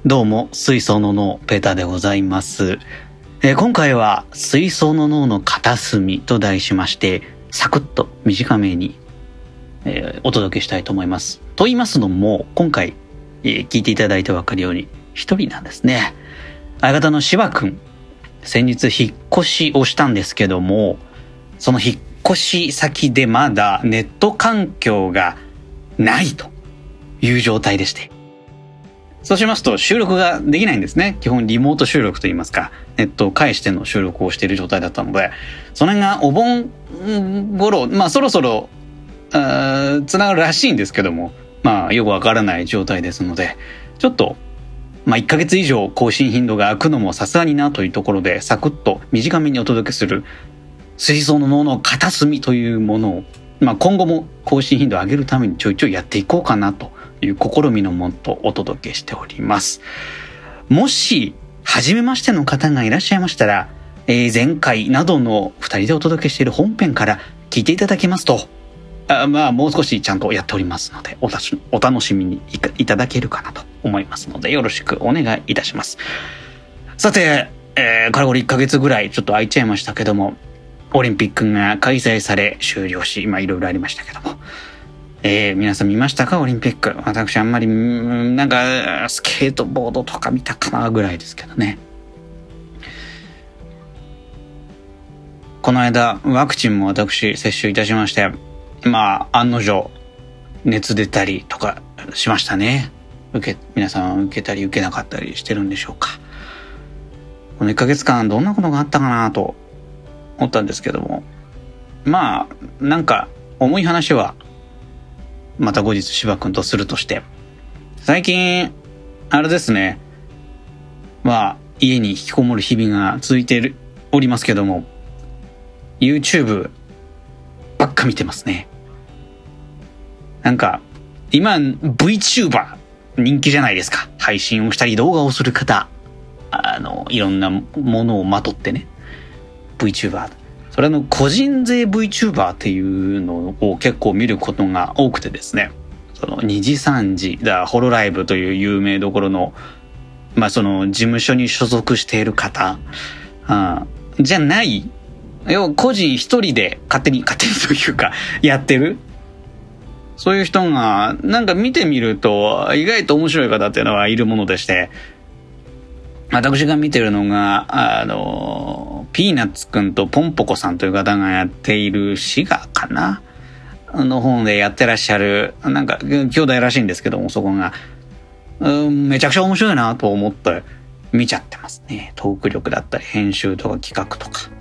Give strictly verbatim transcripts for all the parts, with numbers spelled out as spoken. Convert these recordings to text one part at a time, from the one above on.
どうも水槽の脳ペーターでございます、えー、今回は水槽の脳の片隅と題しましてサクッと短めに、えー、お届けしたいと思います。と言いますのも今回、えー、聞いていただいて分かるように一人なんですね。相方の芝くん先日引っ越しをしたんですけども、その引っ越し先でまだネット環境がないという状態でして、そうしますと収録ができないんですね。基本リモート収録といいますか、ネットを介しての収録をしている状態だったので、その辺がお盆頃、まあそろそろつながるらしいんですけども、まあよくわからない状態ですので、ちょっとまあいっかげつ以上更新頻度が空くのもさすがになというところで、サクッと短めにお届けする水槽の脳の片隅というものを、まあ今後も更新頻度を上げるためにちょいちょいやっていこうかなという試みのもとお届けしております。もし初めましての方がいらっしゃいましたら、えー、前回などのふたりでお届けしている本編から聞いていただけますと、あまあもう少しちゃんとやっておりますので、おたしお楽しみに い, いただけるかなと思いますので、よろしくお願いいたします。さて、えー、かれこれいっかげつぐらいちょっと空いちゃいましたけども、オリンピックが開催され終了し、まあいろいろありましたけども、えー、皆さん見ましたか？オリンピック。私あんまりなんかスケートボードとか見たかなぐらいですけどね。この間ワクチンも私接種いたしまして、まあ案の定熱出たりとかしましたね。受け皆さん受けたり受けなかったりしてるんでしょうか。このいっかげつかんどんなことがあったかなと思ったんですけども、まあなんか重い話はまた後日芝くんとするとして、最近あれですね、まあ家に引きこもる日々が続いているおりますけども、 YouTube ばっか見てますね。なんか今 VTuber 人気じゃないですか。配信をしたり動画をする方、あのいろんなものをまとってね、 VTuber、それの個人税 VTuber っていうのを結構見ることが多くてですね、そのにじさんじだホロライブという有名どころの、まあその事務所に所属している方、あじゃない、要は個人一人で勝手に勝手にというかやってる、そういう人がなんか見てみると意外と面白い方っていうのはいるものでして、私が見てるのがあのピーナッツくんとポンポコさんという方がやっている滋賀かなの方でやってらっしゃる、なんか兄弟らしいんですけども、そこがうんめちゃくちゃ面白いなと思って見ちゃってますね。トーク力だったり編集とか企画とか、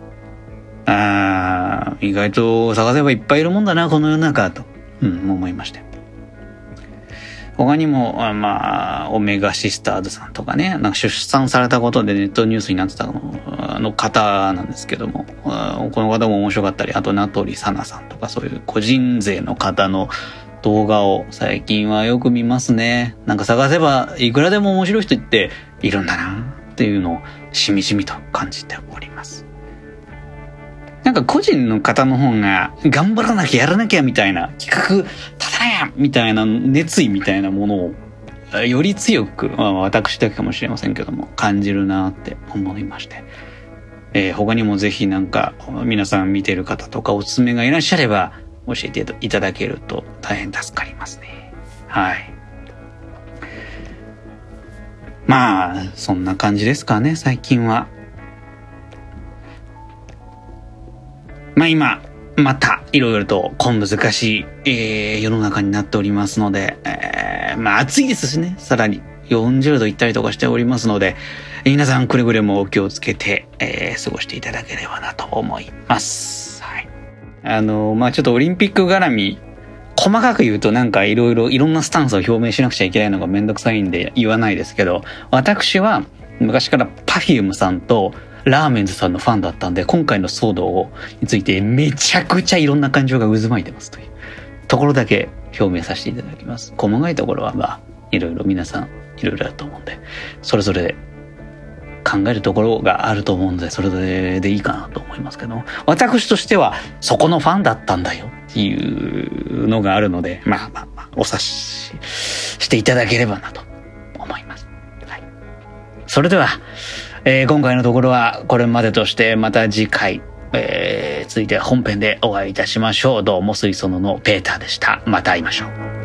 あ意外と探せばいっぱいいるもんだなこの世の中と、うん、思いました。他にもまあオメガシスターズさんとかね、なんか出産されたことでネットニュースになってたのの方なんですけども、この方も面白かったり、あと名取さなさんとか、そういう個人税の方の動画を最近はよく見ますね。なんか探せばいくらでも面白い人っているんだなっていうのをしみじみと感じております。なんか個人の方の方が頑張らなきゃやらなきゃみたいな企画ただやみたいな熱意みたいなものをより強く、まあ、私だけかもしれませんけども感じるなって思いまして、えー、他にもぜひなんか皆さん見てる方とかおすすめがいらっしゃれば教えていただけると大変助かりますね。はい。まあそんな感じですかね最近は。まあ今またいろいろと小難しい、えー、世の中になっておりますので、えー、まあ暑いですしね、さらによんじゅうどいったりとかしておりますので、皆さんくれぐれもお気をつけて、えー、過ごしていただければなと思います。はい。あのまあちょっとオリンピック絡み細かく言うとなんかいろいろいろんなスタンスを表明しなくちゃいけないのがめんどくさいんで言わないですけど、私は昔から Perfume さんとラーメンズさんのファンだったんで、今回の騒動についてめちゃくちゃいろんな感情が渦巻いてますというところだけ表明させていただきます。細かいところはまあいろいろ皆さんいろいろあると思うんで、それぞれ考えるところがあると思うので、それぞれでいいかなと思いますけど、私としてはそこのファンだったんだよっていうのがあるので、まあまあまあお察ししていただければなと思います。 それでは、えー、今回のところはこれまでとして、また次回、えー、続いて本編でお会いいたしましょう。どうも水槽のペーターでした。また会いましょう。